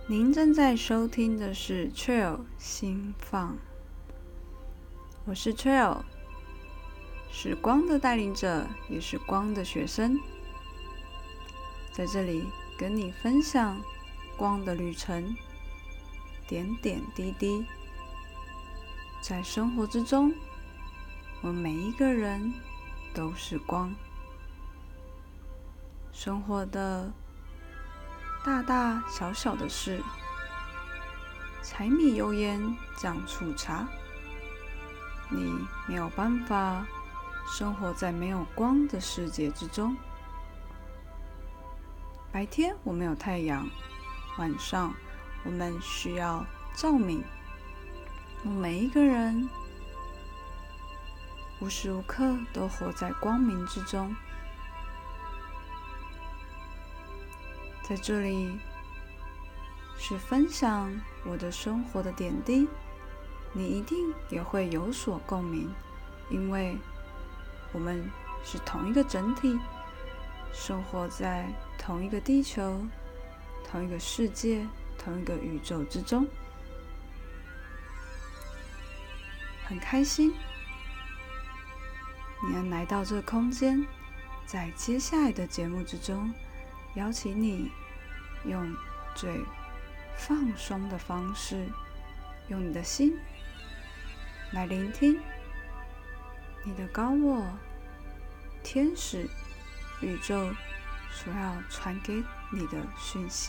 您正在收听的是 Trail 心放，我是 Trail， 是光的带领者，也是光的学生，在这里跟你分享光的旅程，点点滴滴，在生活之中，我们每一个人都是光，生活的大大小小的事，柴米油盐酱醋茶，你没有办法生活在没有光的世界之中。白天我们有太阳，晚上我们需要照明。我们每一个人无时无刻都活在光明之中。在这里是分享我的生活的点滴，你一定也会有所共鸣，因为我们是同一个整体，生活在同一个地球，同一个世界，同一个宇宙之中。很开心你能来到这个空间，在接下来的节目之中，邀请你用最放松的方式，用你的心来聆听你的高我、天使、宇宙所要传给你的讯息。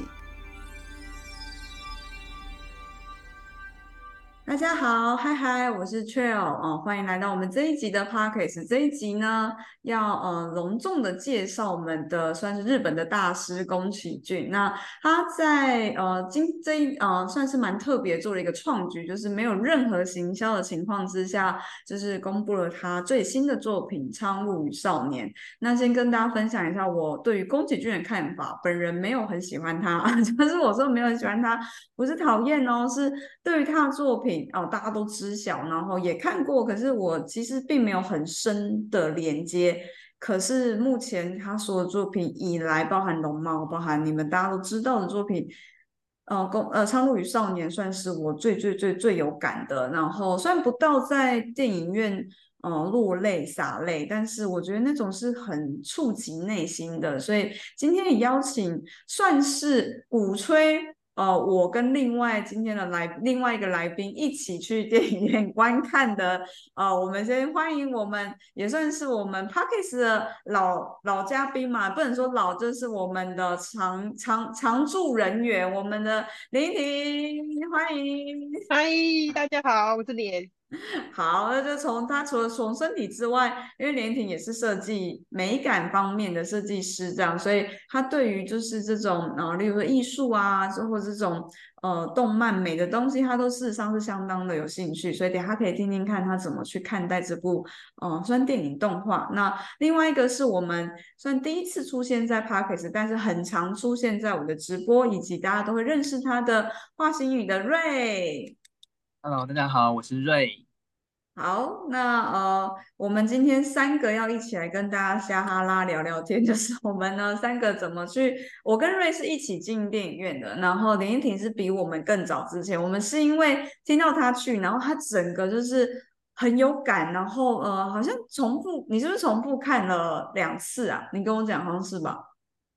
大家好，嗨嗨，我是 Trail 欢迎来到我们这一集的 Podcast。这一集呢，要隆重的介绍我们的算是日本的大师宫崎骏。那他在算是蛮特别做了一个创举，就是没有任何行销的情况之下，就是公布了他最新的作品《苍鹭与少年》。那先跟大家分享一下我对于宫崎骏的看法。本人没有很喜欢他，就是我说没有很喜欢他，不是讨厌哦，是对于他的作品大家都知晓，然后也看过，可是我其实并没有很深的连接。可是目前他所有作品以来，包含龙猫，包含你们大家都知道的作品，苍鹭与少年算是我最有感的。然后虽然不到在电影院落泪洒泪，但是我觉得那种是很触及内心的。所以今天也邀请算是鼓吹我跟今天的另外一个来宾一起去电影院观看的。我们先欢迎我们也算是我们 Podcast 的老嘉宾嘛，不能说老，就是我们的常驻人员，我们的林婷，欢迎。 嗨，大家好，我是脸。 好，那就从他除了从身体之外，因为连婷也是设计美感方面的设计师，这样，所以他对于就是这种例如说艺术啊，或者这种动漫美的东西，他都事实上是相当的有兴趣，所以等一下可以听听看他怎么去看待这部算电影动画。那另外一个是我们算第一次出现在 Podcast， 但是很常出现在我的直播，以及大家都会认识他的画形语的瑞。 Hello，大家好，我是瑞。 好，那我们今天三个要一起来跟大家瞎哈拉聊聊天，就是我们呢三个怎么去，我跟瑞是一起进电影院的，然后林依婷是比我们更早之前，我们是因为听到他去，然后他整个就是很有感，然后好像重复，你是不是重复看了2次啊？你跟我讲好像是吧？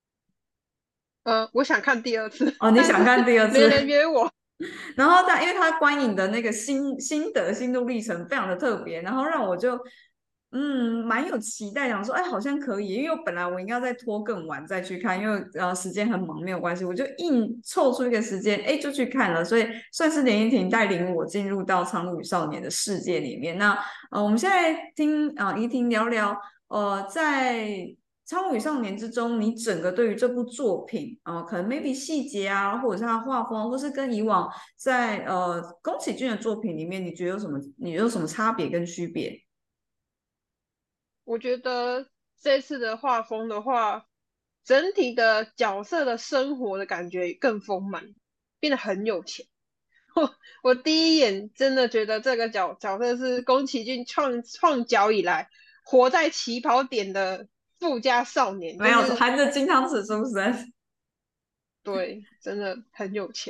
我想看第二次， 哦，你但是想看第二次？ 没人约我。 然后因为他观影的那个心路历程非常的特别，然后让我就蛮有期待，想说哎好像可以，因为本来我应该再拖更晚再去看，因为时间很忙没有关系，我就硬凑出一个时间，哎就去看了，所以算是连依婷带领我进入到《苍鹭与少年》的世界里面。那我们现在听依婷聊聊在《苍鹭与少年》之中，你整个对于这部作品可能 maybe 细节啊，或者是他画风，或是跟以往在宫崎骏的作品里面，你觉得有什么？你有什么差别跟区别？ 我觉得这次的画风的话，整体的角色的生活的感觉更丰满，变得很有钱。我第一眼真的觉得这个角色是宫崎骏创角以来活在起跑点的富家少年， 没有， 就是含着金汤匙出生。 对，真的很有钱。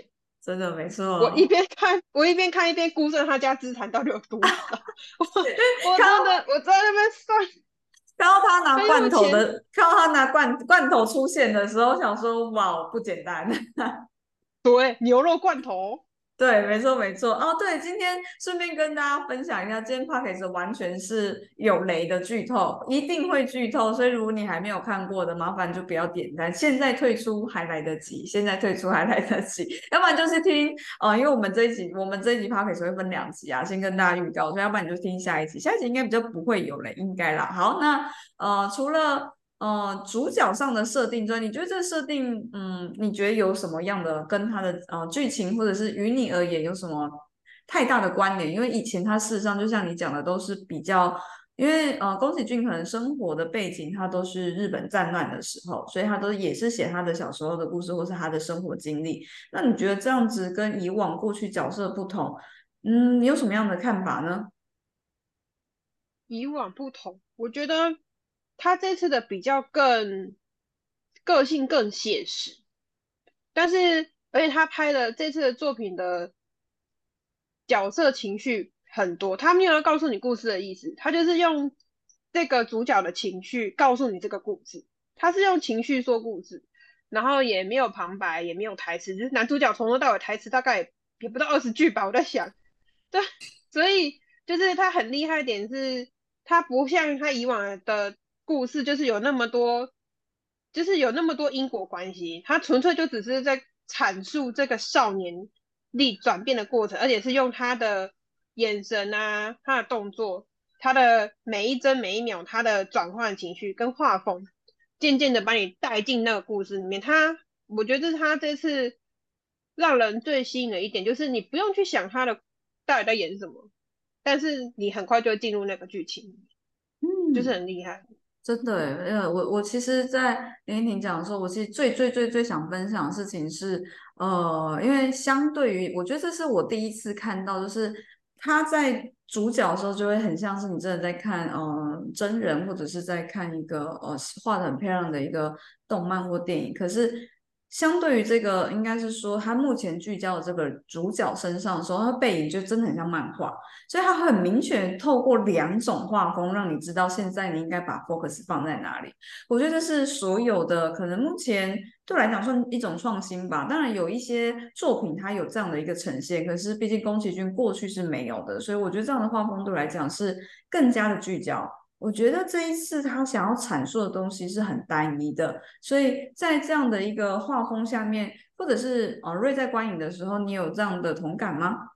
真的没我一错。 边看一边估算他家资产到底有多少。我看真的我在那边算看到他拿很罐有钱。 头的，看到他拿罐头出现的时候，想说哇，不简单。 对，牛肉罐头。 对，没错没错。哦，对，今天顺便跟大家分享一下，今天 Podcast 完全是有雷的剧透，一定会剧透，所以如果你还没有看过的，麻烦就不要点赞，现在退出还来得及，现在退出还来得及，要不然就是听，因为我们这一集 Podcast 会分2集啊，先跟大家预告，所以要不然你就听下一集，下一集应该比较不会有雷，应该啦。好，那除了主角上的设定之外，你觉得这个设定，你觉得有什么样的跟他的剧情，或者是于你而言有什么太大的关联？因为以前他事实上就像你讲的，都是比较，因为宫崎骏可能生活的背景，他都是日本战乱的时候，所以他都也是写他的小时候的故事，或是他的生活经历。那你觉得这样子跟以往过去角色不同，你有什么样的看法呢？ 以往不同，我觉得他这次的比较更个性更写实，但是而且他拍的这次的作品的角色情绪很多，他没有要告诉你故事的意思，他就是用这个主角的情绪告诉你这个故事，他是用情绪说故事，然后也没有旁白，也没有台词，就是男主角从头到尾台词大概也不到20句吧，我在想。对，所以就是他很厉害一点是，他不像他以往的故事，就是有那么多，就是有那么多因果关系，他纯粹就只是在阐述这个少年力转变的过程，而且是用他的眼神啊，他的动作，他的每一帧每一秒，他的转换情绪跟画风，渐渐的把你带进那个故事里面。我觉得这是他这次让人最吸引的一点，就是你不用去想他的到底在演什么，但是你很快就会进入那个剧情，就是嗯。 很厉害。 真的诶，我其实，在林依婷讲的时候，我其实最想分享的事情是，因为相对于，我觉得这是我第一次看到，就是他在主角的时候，就会很像是你真的在看，真人或者是在看一个画的很漂亮的一个动漫或电影，可是。相对于这个，应该是说他目前聚焦的这个主角身上的时候，他背影就真的很像漫画。所以它很明确透过2种画风，让你知道现在你应该把 focus 放在哪里。我觉得这是所有的可能目前对我来讲算一种创新吧。当然有一些作品它有这样的一个呈现，可是毕竟宫崎骏过去是没有的，所以我觉得这样的画风对我来讲是更加的聚焦。我觉得这一次他想要阐述的东西是很单一的，所以在这样的一个画风下面，或者是瑞在观影的时候，你有这样的同感吗？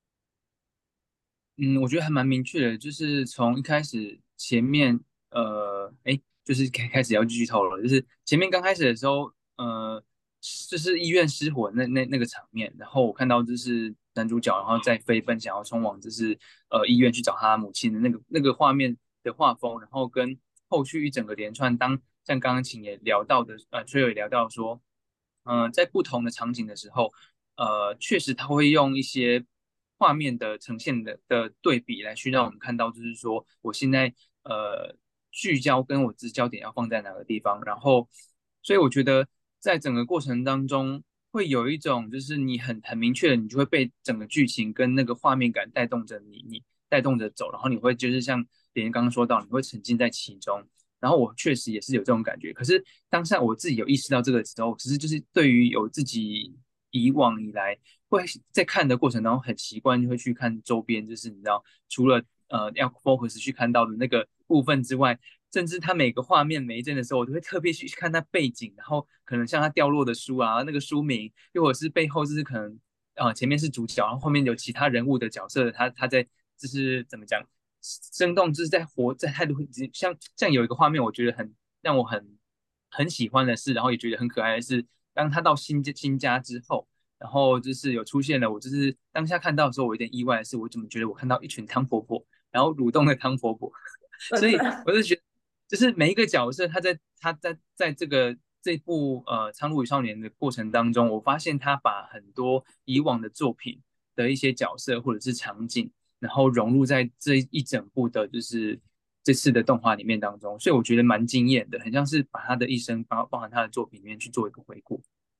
我觉得还蛮明确的，就是从一开始前面，就是开始要剧透了，就是前面刚开始的时候，就是医院失火那个场面，然后我看到就是男主角，然后在飞奔想要冲往就是医院去找他母亲的那个画面的画风，然后跟后续一整个连串，像刚刚晴也聊到的，崔友也聊到说，在不同的场景的时候。确实他会用一些画面的呈现的对比来去让我们看到，就是说我现在聚焦跟我的焦点要放在哪个地方，然后所以我觉得在整个过程当中会有一种就是你很明确的，你就会被整个剧情跟那个画面感带动着你带动着走，然后你会就是像连言刚刚说到，你会沉浸在其中。然后我确实也是有这种感觉，可是当下我自己有意识到这个时候，其实就是对于有自己以往以来会在看的过程当中很习惯，就会去看周边，就是你知道，除了要 focus 去看到的那个部分之外，甚至它每个画面每一帧的时候，我都会特别去看它背景，然后可能像它掉落的书啊，那个书名，又或者是背后就是可能前面是主角，然后后面有其他人物的角色，他在就是怎么讲，生动就是在活在态度，像有一个画面，我觉得让我很喜欢的是，然后也觉得很可爱的是，当他到新家之后。然后就是有出现了，我就是当下看到的时候，我有点意外的是，我怎么觉得我看到一群汤婆婆，然后蠕动的汤婆婆，所以真的。 我就觉得，就是每一个角色他在这部《苍鹭与少年》的过程当中，我发现他把很多以往的作品的一些角色或者是场景，然后融入在这一整部的，就是这次的动画里面当中，所以我觉得蛮惊艳的，很像是把他的一生包含他的作品里面去做一个回顾。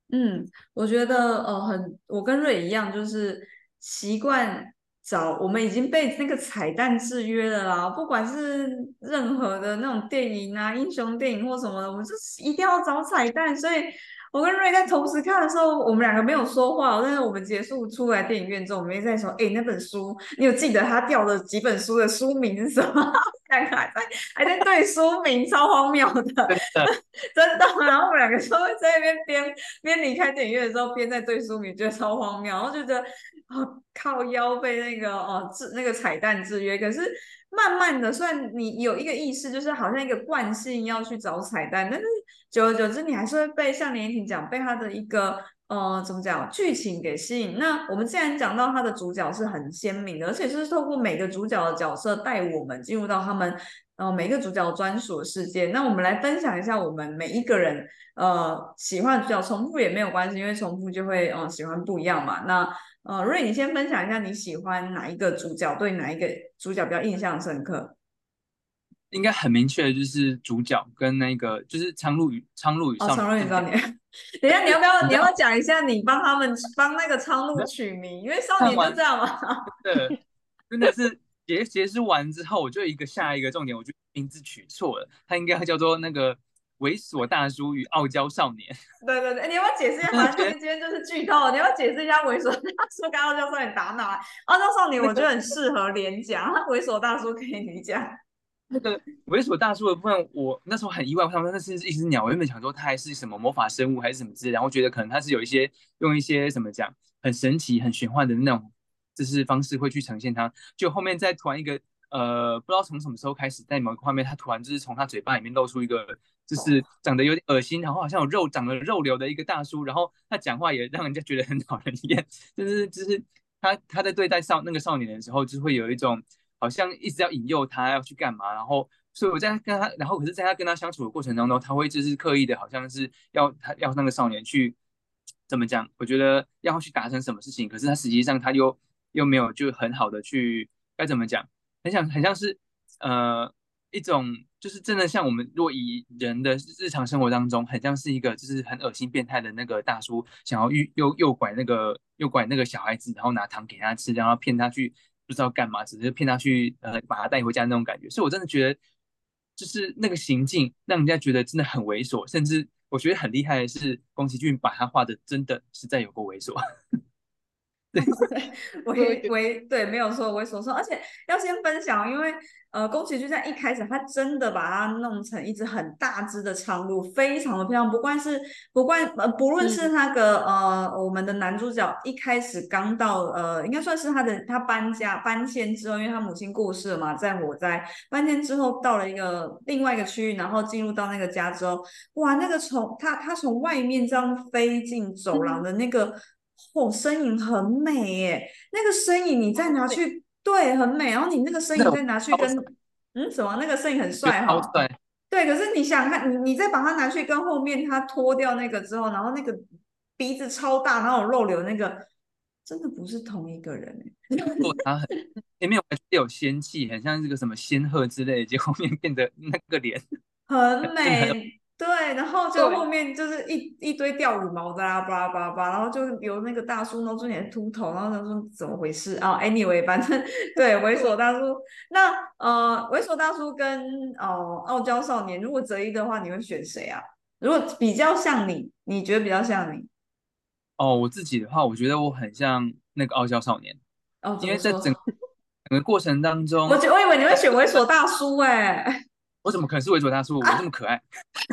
我觉得我跟瑞一样，就是习惯我们已经被那个彩蛋制约了啦。不管是任何的那种电影啊、英雄电影或什么的，我们就是一定要找彩蛋。所以我跟瑞在同时看的时候，我们两个没有说话，但是我们结束出来电影院之后，我们也在说，哎，那本书，你有记得他掉的几本书的书名是什么？两个还在对书名，超荒谬的， 真的。 真的。然后我们两个就会在那边离开电影院的时候，边在对书名，觉得超荒谬，然后就觉得靠腰被那个那个彩蛋制约。可是慢慢的，虽然你有一个意识，就是好像一个惯性要去找彩蛋，但是久而久之，你还是会被像连婷讲，被他的一个怎么讲剧情给吸引。那我们既然讲到他的主角是很鲜明的，而且是透过每个主角的角色带我们进入到他们每一个主角专属的世界。那我们来分享一下我们每一个人喜欢的主角，重复也没有关系，因为重复就会喜欢不一样嘛。那瑞，你先分享一下你喜欢哪一个主角，对哪一个主角比较印象深刻？ 应该很明确的就是主角跟那个就是苍鹭与哦， 少长年对不对？ 荣与少年，等一下，你要不要你知道讲一下你帮那个苍鹭取名？因为少年就看完这样嘛。 的真的是结束完之后，我就下一个重点，我觉得名字取错了，他应该叫做那个猥琐大叔与傲娇少年。 对对对，你要不要解释一下？反正真的觉得今天就是剧透，你要不要解释一下猥琐大叔跟傲娇少年打哪？傲娇少年我觉得很适合连讲，猥琐大叔可以你讲。 那个猥琐大叔的部分，我那时候很意外，我想说那是一只鸟，我原本想说它还是什么魔法生物还是什么之类的，然后觉得可能它是用一些怎么讲很神奇、很玄幻的那种就是方式会去呈现它，就后面再突然一个不知道从什么时候开始，在某个画面，它突然就是从它嘴巴里面露出一个就是长得有点恶心，然后好像长了肉瘤的一个大叔，然后他讲话也让人家觉得很讨人厌，就是他在对待那个少年的时候，就会有一种好像一直要引诱他要去干嘛，然后所以我在跟他，然后可是在他跟他相处的过程当中，他会就是刻意的，好像是要那个少年去怎么讲？我觉得要去达成什么事情，可是他实际上他又没有就很好的去该怎么讲，很像是呃一种就是真的像我们若以人的日常生活当中，很像是一个就是很恶心变态的那个大叔，想要诱拐那个小孩子，然后拿糖给他吃，然后骗他去不知道干嘛，只是骗他去把他带回家那种感觉。所以我真的觉得，就是那个行径让人家觉得真的很猥琐，甚至我觉得很厉害的是宫崎骏把他画的真的实在有够猥琐。对， 对，没有错，猥琐说，而且要先分享，因为宫崎骏在一开始他真的把它弄成一只很大只的苍鹭，非常的漂亮。不论是嗯那个我们的男主角一开始刚到应该算是他搬迁之后，因为他母亲过世了嘛，在火灾搬迁之后到了另外一个区域，然后进入到那个家之后，哇，那个他从外面这样飞进走廊嗯， 的那个。身影很美耶，那个身影你再拿对， 去，对，很美。然后你那个身那种影再拿去跟，什么？那个身影很就帅哈。 超帅。 对，可是你想看，你再把它拿去跟后面他脱掉那个之后，然后那个鼻子超大，然后有肉瘤那个，真的不是同一个人哎。 做他前面我还觉得有仙气，很像这个什么仙鹤之类的，结果后面变得那个脸很真的很美，对，然后就后对， 面就是一堆掉羽毛的啦，巴拉巴拉巴拉，然后就有那个大叔弄出你的秃头，然后他说怎么回事啊？Anyway，反正对猥琐大叔，那猥琐大叔跟傲娇少年，如果择一的话，你会选谁啊？如果比较像你，你觉得比较像你？ 哦。我自己的话，我觉得我很像那个傲娇少年， 哦，怎因么说？ 为在整个过程当中， 我以为你会选猥琐大叔哎、 我怎么可能是猥琐大叔？我这么可爱，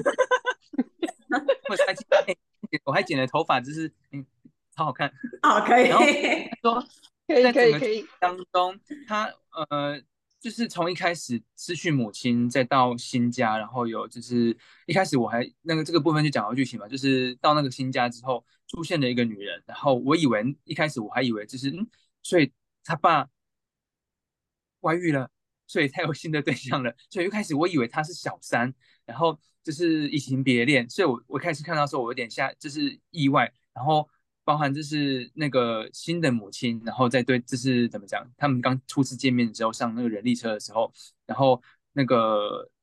我还剪了头发，就是超好看。 好，可然后以。 说， 可以在整个可以可以， 当中，他就是从一开始失去母亲，再到新家，然后有就是一开始我还那个这个部分就讲到剧情嘛，就是到那个新家之后出现了一个女人，然后一开始我还以为就是所以他爸外遇了，所以他有新的对象了，所以一开始我以为他是小三，然后就是移情别恋，所以我开始看到的时候我有点就是意外，然后包含就是那个新的母亲，然后再对就是怎么讲，他们刚初次见面的时候上那个人力车的时候，然后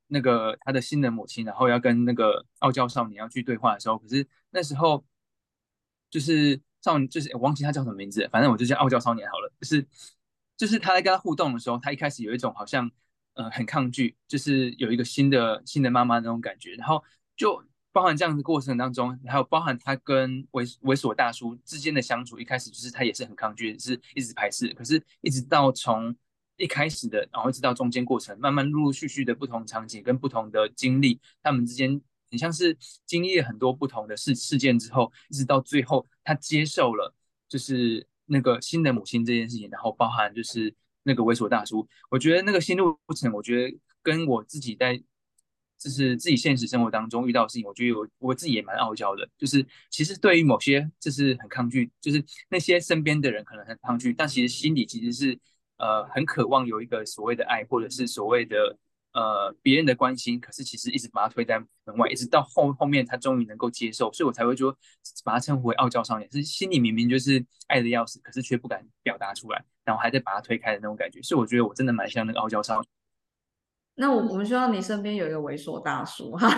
他的新的母亲，然后要跟那个傲娇少年要去对话的时候，可是那时候就是我忘记他叫什么名字，反正我就叫傲娇少年好了。就是他在跟他互动的时候，他一开始有一种好像很抗拒，就是有一个新的妈妈那种感觉，然后就包含这样的过程当中，还有包含他跟猥琐大叔之间的相处，一开始就是他也是很抗拒，是一直排斥，可是一直到从一开始的，然后一直到中间过程，慢慢陆陆续续的不同场景跟不同的经历，他们之间很像是经历了很多不同的事件之后，一直到最后他接受了就是那个新的母亲这件事情，然后包含就是那个猥琐大叔，我觉得那个心路历程，我觉得跟我自己在就是自己现实生活当中遇到的事情，我觉得我自己也蛮傲娇的，就是其实对于某些就是很抗拒，就是那些身边的人可能很抗拒，但其实心里其实是很渴望有一个所谓的爱，或者是所谓的别人的关心，可是其实一直把他推在门外，一直到后面他终于能够接受，所以我才会说把他称呼为傲娇少年，是心里明明就是爱的要死，可是却不敢表达出来，然后还在把他推开的那种感觉，所以我觉得我真的蛮像那个傲娇少年。 那我们希望你身边有一个猥琐大叔哈。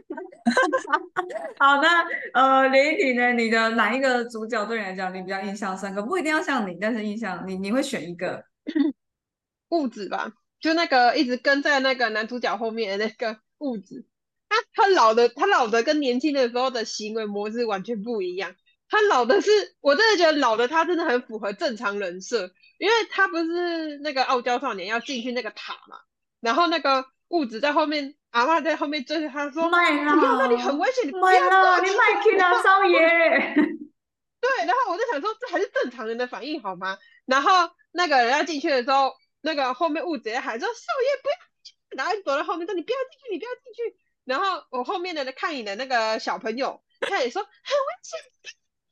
好，那连体呢？你的哪一个主角对你来讲你比较印象深刻？不一定要像你，但是你会选一个。 物质吧，就那个一直跟在那个男主角后面的那个物质，他老的跟年轻的时候的行为模式完全不一样。他老的是，我真的觉得老的他真的很符合正常人设，因为他不是那个傲娇少年要进去那个塔嘛，然后那个物质在后面，阿嬷在后面追着他说卖不要，那里很啦， 危险，你不卖啦， 要过去。 你卖去啦，少爷。 对，然后我就想说，这还是正常人的反应好吗？然后那个人要进去的时候，那个后面物贼喊说："少爷不要进去！"然后走到后面说："你不要进去，你不要进去。"然后我后面的看影的那个小朋友，他也说很危险。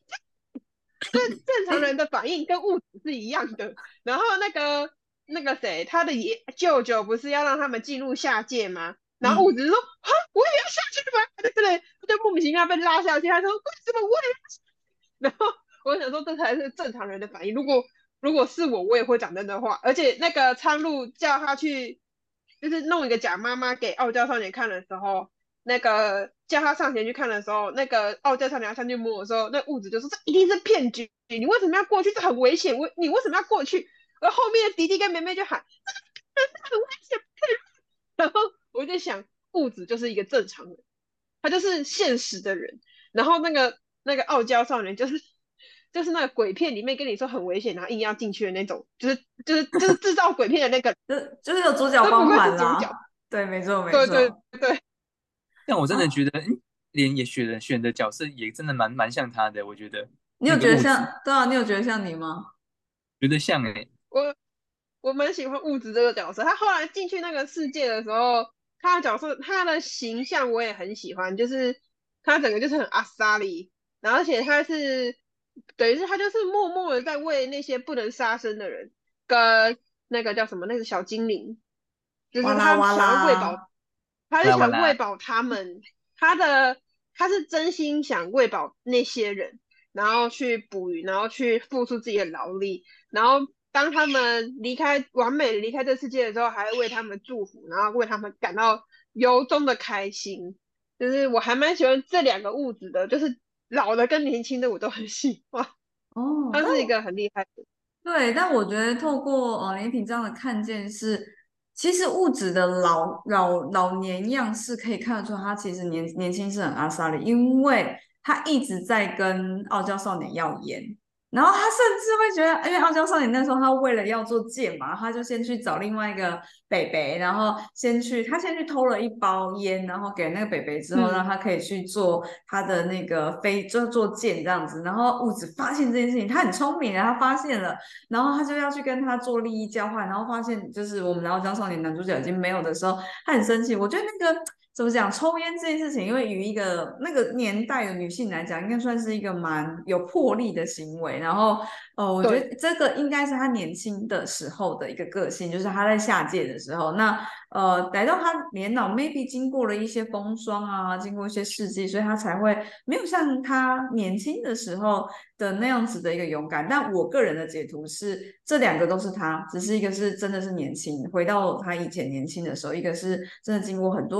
正常人哎， 的反应跟物质是一样的。然后那个谁，他的舅舅不是要让他们进入下界吗？然后物嗯， 质说："啊，我也要下去吗？"对，他就莫名其妙被拉下去。他说："为什么我也要下去？"然后我想说，这才是正常人的反应。如果是我，我也会讲真的话。而且那个苍鹭叫他去，就是弄一个假妈妈给傲娇少年看的时候，那个叫他上前去看的时候，那个傲娇少年要上去摸的时候，那物质就说这一定是骗局，你为什么要过去？这很危险，你为什么要过去？而后面的迪迪跟梅梅就喊这很危险，不可以。然后我就想，物质就是一个正常人，他就是现实的人。然后那个傲娇少年就是那个鬼片里面跟你说很危险，然后硬要进去的那种，就是制造鬼片的那个， 就是有主角光都不愧是主角。 环啦。对，没错没对对错。 对， 但我真的啊， 觉得，连也选的角色也真的蛮像他的，我觉得你有觉得那个物质， 像？对啊，你有觉得像你吗？ 觉得像我蛮喜欢物质这个角色。他后来进去那个世界的时候，他的角色他的形象我也很喜欢，就是他整个就是很阿萨里，然后而且他是等于是他就是默默的在为那些不能杀生的人跟那个叫什么那个小精灵，就是他哇啦哇想要喂饱， 啦。 他是哇啦哇啦， 想喂饱他们，他的他是真心想喂饱那些人，然后去捕鱼，然后去付出自己的劳力，然后当他们完美的离开这世界的时候，还会为他们祝福，然后为他们感到由衷的开心。就是我还蛮喜欢这两个物质的，就是老的跟年轻的我都很喜欢。 哦，但他是一个很厉害的。 对，但我觉得透过连品这样的看见是，其实物质的老年样是可以看得出他其实年轻是很阿莎里，因为他一直在跟傲娇少年要烟，然后他甚至会觉得，因为傲娇少年那时候他为了要做剑嘛，他就先去找另外一个北北，然后他先去偷了一包烟，然后给那个北北之后，让嗯， 他可以去做他的那个就做剑这样子，然后物质发现这件事情，他很聪明的，他发现了。然后他就要去跟他做利益交换，然后发现就是我们《然后江少年》男主角已经没有的时候，他很生气。我觉得那个怎么讲，抽烟这件事情，因为于一个那个年代的女性来讲，应该算是一个蛮有魄力的行为。然后我觉对， 得这个应该是他年轻的时候的一个个性，就是他在下界的时候，那来到他年老，maybe 经过了一些风霜啊，经过一些事迹，所以他才会没有像他年轻的时候的那样子的一个勇敢。但我个人的解读是，这两个都是他，只是一个是真的是年轻，回到他以前年轻的时候，一个是真的经过很多的事件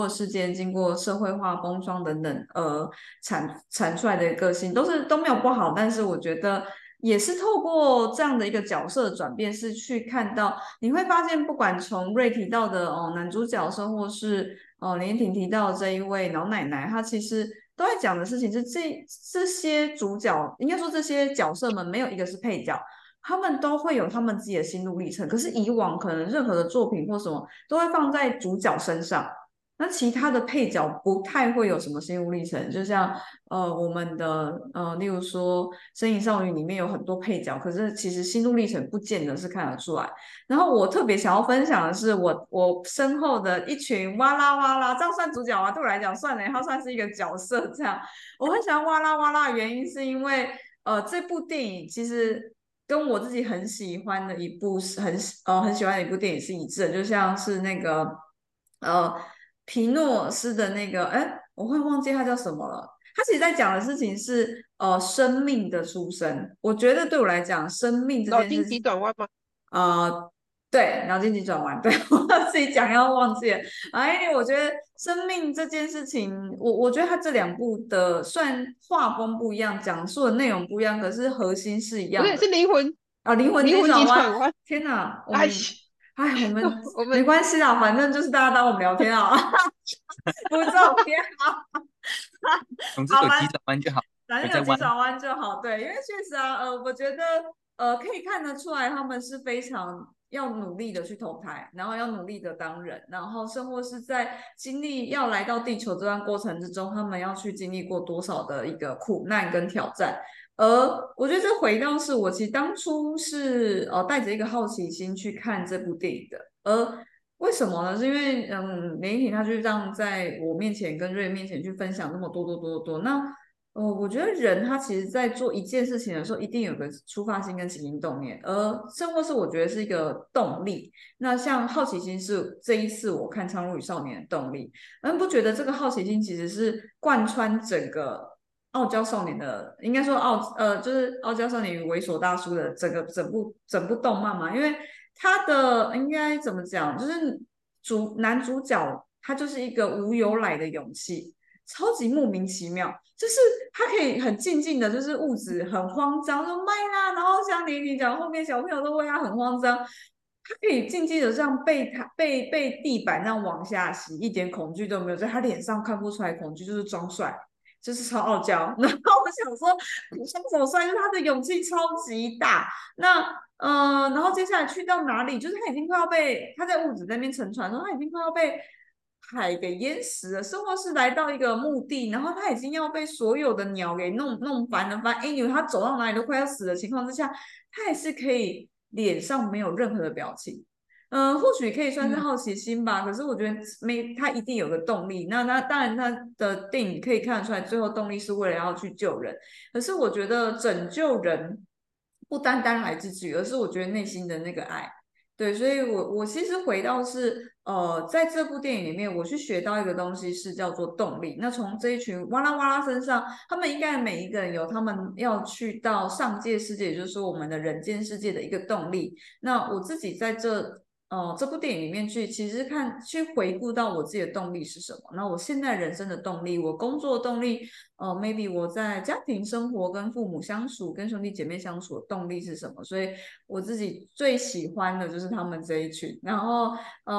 间经过社会化风霜等等产出来的个性，都没有不好，但是我觉得也是透过这样的一个角色转变，是去看到你会发现，不管从瑞提到的男主角生，或是林依婷提到的这一位老奶奶，她其实都在讲的事情是这些主角，应该说这些角色们没有一个是配角。他们都会有他们自己的心路历程，可是以往可能任何的作品或什么都会放在主角身上，那其他的配角不太会有什么心路历程。就像我们的例如说《身影少女》里面有很多配角，可是其实心路历程不见得是看得出来。然后我特别想要分享的是我身后的一群哇啦哇啦，这样算主角吗？对我来讲算了，他算是一个角色这样。我很喜欢哇啦哇啦的原因是因为这部电影其实跟我自己很喜欢的一部很喜欢的一部电影是一致的，就像是那个呃皮诺斯的那个，哎，我会忘记他叫什么了。他其实在讲的事情是生命的出生。我觉得对我来讲，生命这脑筋急件事情， 转弯吗？ 对，脑筋急转弯，对我自己讲要忘记了。哎，我觉得生命这件事情，我觉得他这两部的虽然画风不一样，讲述的内容不一样，可是核心是一不对， 样的。 是灵魂啊，灵魂灵魂急转弯！ 急转弯。 天哪， 哎， 我们没我们关系啦，反正就是大家当我们聊天啊，不重要。 总之好， 有急转弯就好， 反正有在弯。 有急转弯就好。对，因为确实啊，我觉得可以看得出来他们是非常要努力的去投胎，然后要努力的当人，然后甚或是在经历要来到地球这段过程之中，他们要去经历过多少的一个苦难跟挑战。而我觉得这回到是我其实当初是带着一个好奇心去看这部电影的，而为什么呢？是因为林依婷她就这样在我面前跟瑞面前去分享那么多，那我觉得人他其实在做一件事情的时候，一定有个出发心跟起心动念，而甚或是我觉得是一个动力。那像好奇心是这一次我看《苍鹭与少年》的动力，不觉得这个好奇心其实是贯穿整个傲娇少年的，应该说就是傲娇少年与猥琐大叔的整部动漫嘛，因为他的应该怎么讲，就是男主角他就是一个无由来的勇气，超级莫名其妙，就是他可以很静静的，就是物质很慌张，说卖啦，然后像你讲后面小朋友都为他很慌张，他可以静静的这样被地板这样往下洗，一点恐惧都没有，在他脸上看不出来恐惧，就是装帅。就是超傲娇，然后我想说，双手帅，就是他的勇气超级大。那然后接下来去到哪里？就是他已经快要被他在屋子那边沉船，说他已经快要被海给淹死了，甚或是来到一个墓地，然后他已经要被所有的鸟给弄烦了。anyway，他走到哪里都快要死的情况之下，他还是可以脸上没有任何的表情。或许可以算是好奇心吧，可是我觉得他一定有个动力。那当然，他的电影可以看得出来，最后动力是为了要去救人。可是我觉得拯救人不单单来自于，而是我觉得内心的那个爱。对，所以我其实回到是在这部电影里面，我去学到一个东西是叫做动力。那从这一群哇啦哇啦身上，他们应该每一个人有他们要去到上界世界，也就是说我们的人间世界的一个动力。那我自己在这部电影里面其实去回顾到我自己的动力是什么。那我现在人生的动力，我工作的动力，maybe 我在家庭生活跟父母相处、跟兄弟姐妹相处的动力是什么？所以我自己最喜欢的就是他们这一群。然后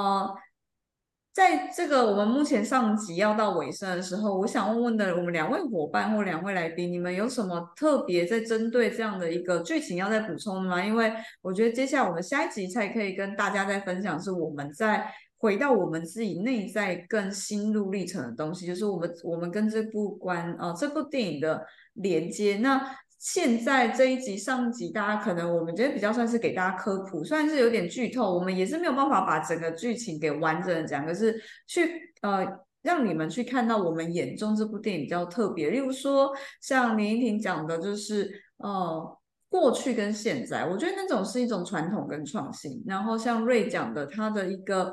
在这个我们目前上集要到尾声的时候，我想问问的我们两位伙伴或两位来宾，你们有什么特别在针对这样的一个剧情要再补充的吗？因为我觉得接下来我们下一集才可以跟大家再分享，是我们在回到我们自己内在更心路历程的东西，就是我们跟这部电影的连接。那现在这一集、上一集，大家可能我们觉得比较算是给大家科普，虽然是有点剧透，我们也是没有办法把整个剧情给完整的讲，可是让你们去看到我们眼中这部电影比较特别。例如说，像林依婷讲的，就是过去跟现在，我觉得那种是一种传统跟创新。然后像瑞讲的，他的一个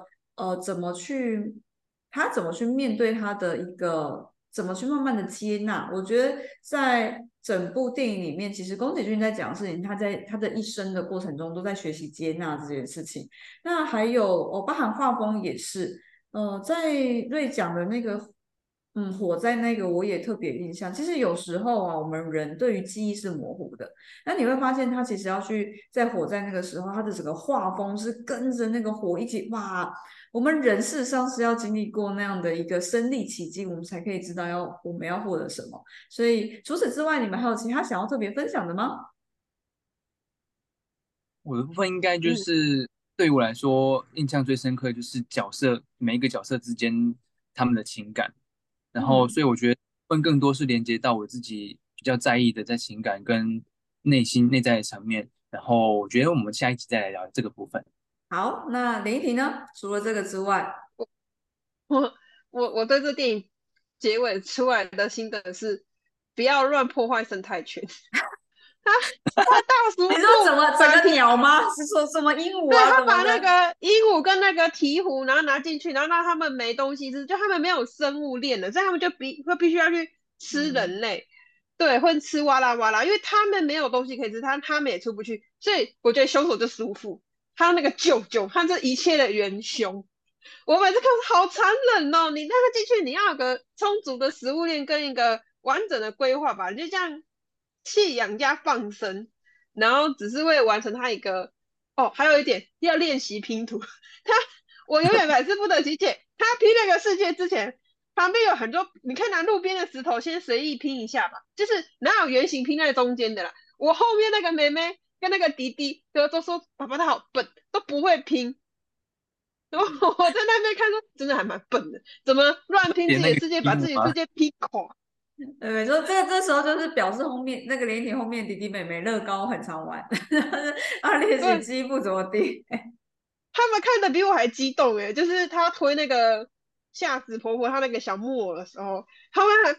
怎么去面对他的一个。怎么去慢慢的接纳？我觉得在整部电影里面，其实宫崎骏在讲的事情，他在他的一生的过程中都在学习接纳这件事情。那还有包含画风也是， 在瑞讲的那个，火灾那个我也特别印象。其实有时候啊，我们人对于记忆是模糊的，那你会发现他其实要去在火灾那个时候，他的整个画风是跟着那个火一起哇。我们人事实上是要经历过那样的一个身临其境，我们才可以知道我们要获得什么。所以除此之外，你们还有其他想要特别分享的吗？ 我的部分应该就嗯是对我来说印象最深刻的就是每一个角色之间他们的情感，然后嗯。 所以我觉得会更多是连接到我自己比较在意的在情感跟内在的层面，然后我觉得我们下一集再来聊这个部分。 好，那林一婷呢？除了这个之外， 我我对这电影结尾出来的心得是，不要乱破坏生态圈。他他大叔你说怎父么整个把鸟吗？是说什么鹦鹉对， 啊他把那什么的？ 个鹦鹉跟那个鹈鹕，然后拿进去，然后让他们没东西吃，就他们没有生物链了，所以他们就必须要去吃嗯。 人类，对，会吃哇啦哇啦，因为他们没有东西可以吃，他们也出不去，所以我觉得凶手就是叔父，他那个舅舅，他这一切的元凶。我每次看好残忍哦！你那个进去，你要有个充足的食物链跟一个完整的规划吧，你就这样弃养加放生，然后只是为了完成他一个哦，还有一点要练习拼图。我永远百思不得其解，他拼那个世界之前，旁边有很多，你看拿路边的石头先随意拼一下吧，就是哪有圆形拼在中间的啦。我后面那个妹妹跟那个弟弟都说爸爸他好笨，都不会拼。然后我在那边看说，真的还蛮笨的，怎么乱拼自连那个己的世界，把鹦鹉吗？ 自己的世界拼垮？ 对，说这时候就是表示后面那个连体后面弟弟妹妹乐高很常玩，他练习对， 记忆不怎么地。 他们看的比我还激动诶，就是他推那个夏子婆婆她那个小木偶的时候，他们还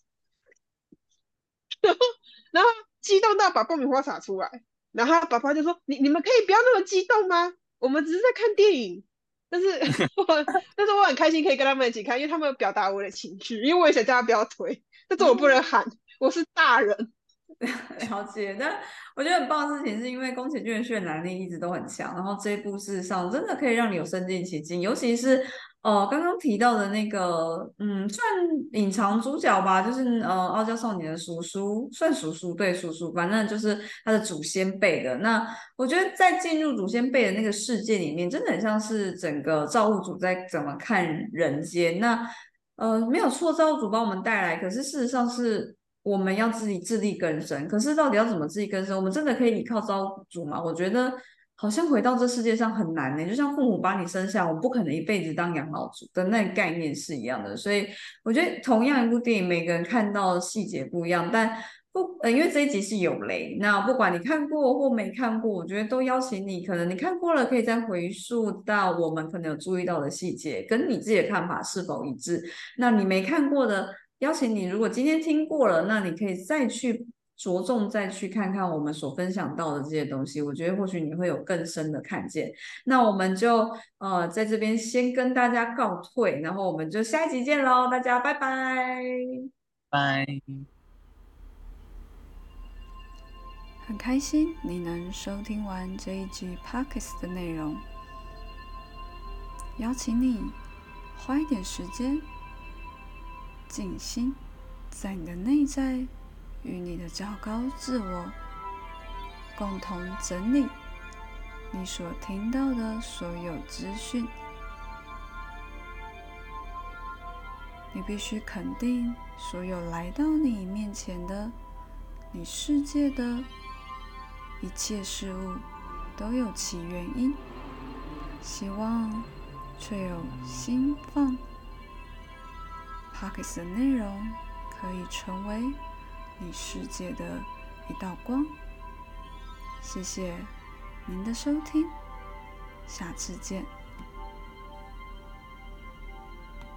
然后激动到把爆米花洒出来，然后他爸爸就说：你们可以不要那么激动吗？我们只是在看电影。但是我很开心可以跟他们一起看，因为他们表达我的情绪，因为我也想叫他不要推，但是我不能喊，我是大人。 了解，但我觉得很棒的事情是因为宫崎骏的渲染力一直都很强，然后这一部事实上真的可以让你有身临其境，尤其是刚刚提到的那个算隐藏主角吧，就是傲娇少年的叔叔，算叔叔对叔叔，反正就是他的祖先辈的。那我觉得在进入祖先辈的那个世界里面，真的很像是整个造物主在怎么看人间。那没有错，造物主帮我们带来，可是事实上是我们要自己自力更生。可是到底要怎么自力更生？我们真的可以依靠造物主吗？我觉得好像回到这世界上很难呢、就像父母把你生下，我不可能一辈子当养老族的那个概念是一样的。所以我觉得同样一部电影，每个人看到的细节不一样，但因为这一集是有雷，那不管你看过或没看过，我觉得都邀请你，可能你看过了，可以再回溯到我们可能有注意到的细节，跟你自己的看法是否一致。那你没看过的，邀请你，如果今天听过了，那你可以再去着重再去看看我们所分享到的这些东西，我觉得或许你会有更深的看见。那我们就在这边先跟大家告退，然后我们就下一集见喽，大家拜拜。 拜。 很开心你能收听完这一集 Podcast 的内容，邀请你花一点时间静心，在你的内在与你的较高自我共同整理你所听到的所有资讯。你必须肯定所有来到你面前的你世界的一切事物都有其原因，希望却有心放 Podcast 的内容可以成为你世界的一道光。谢谢您的收听，下次见。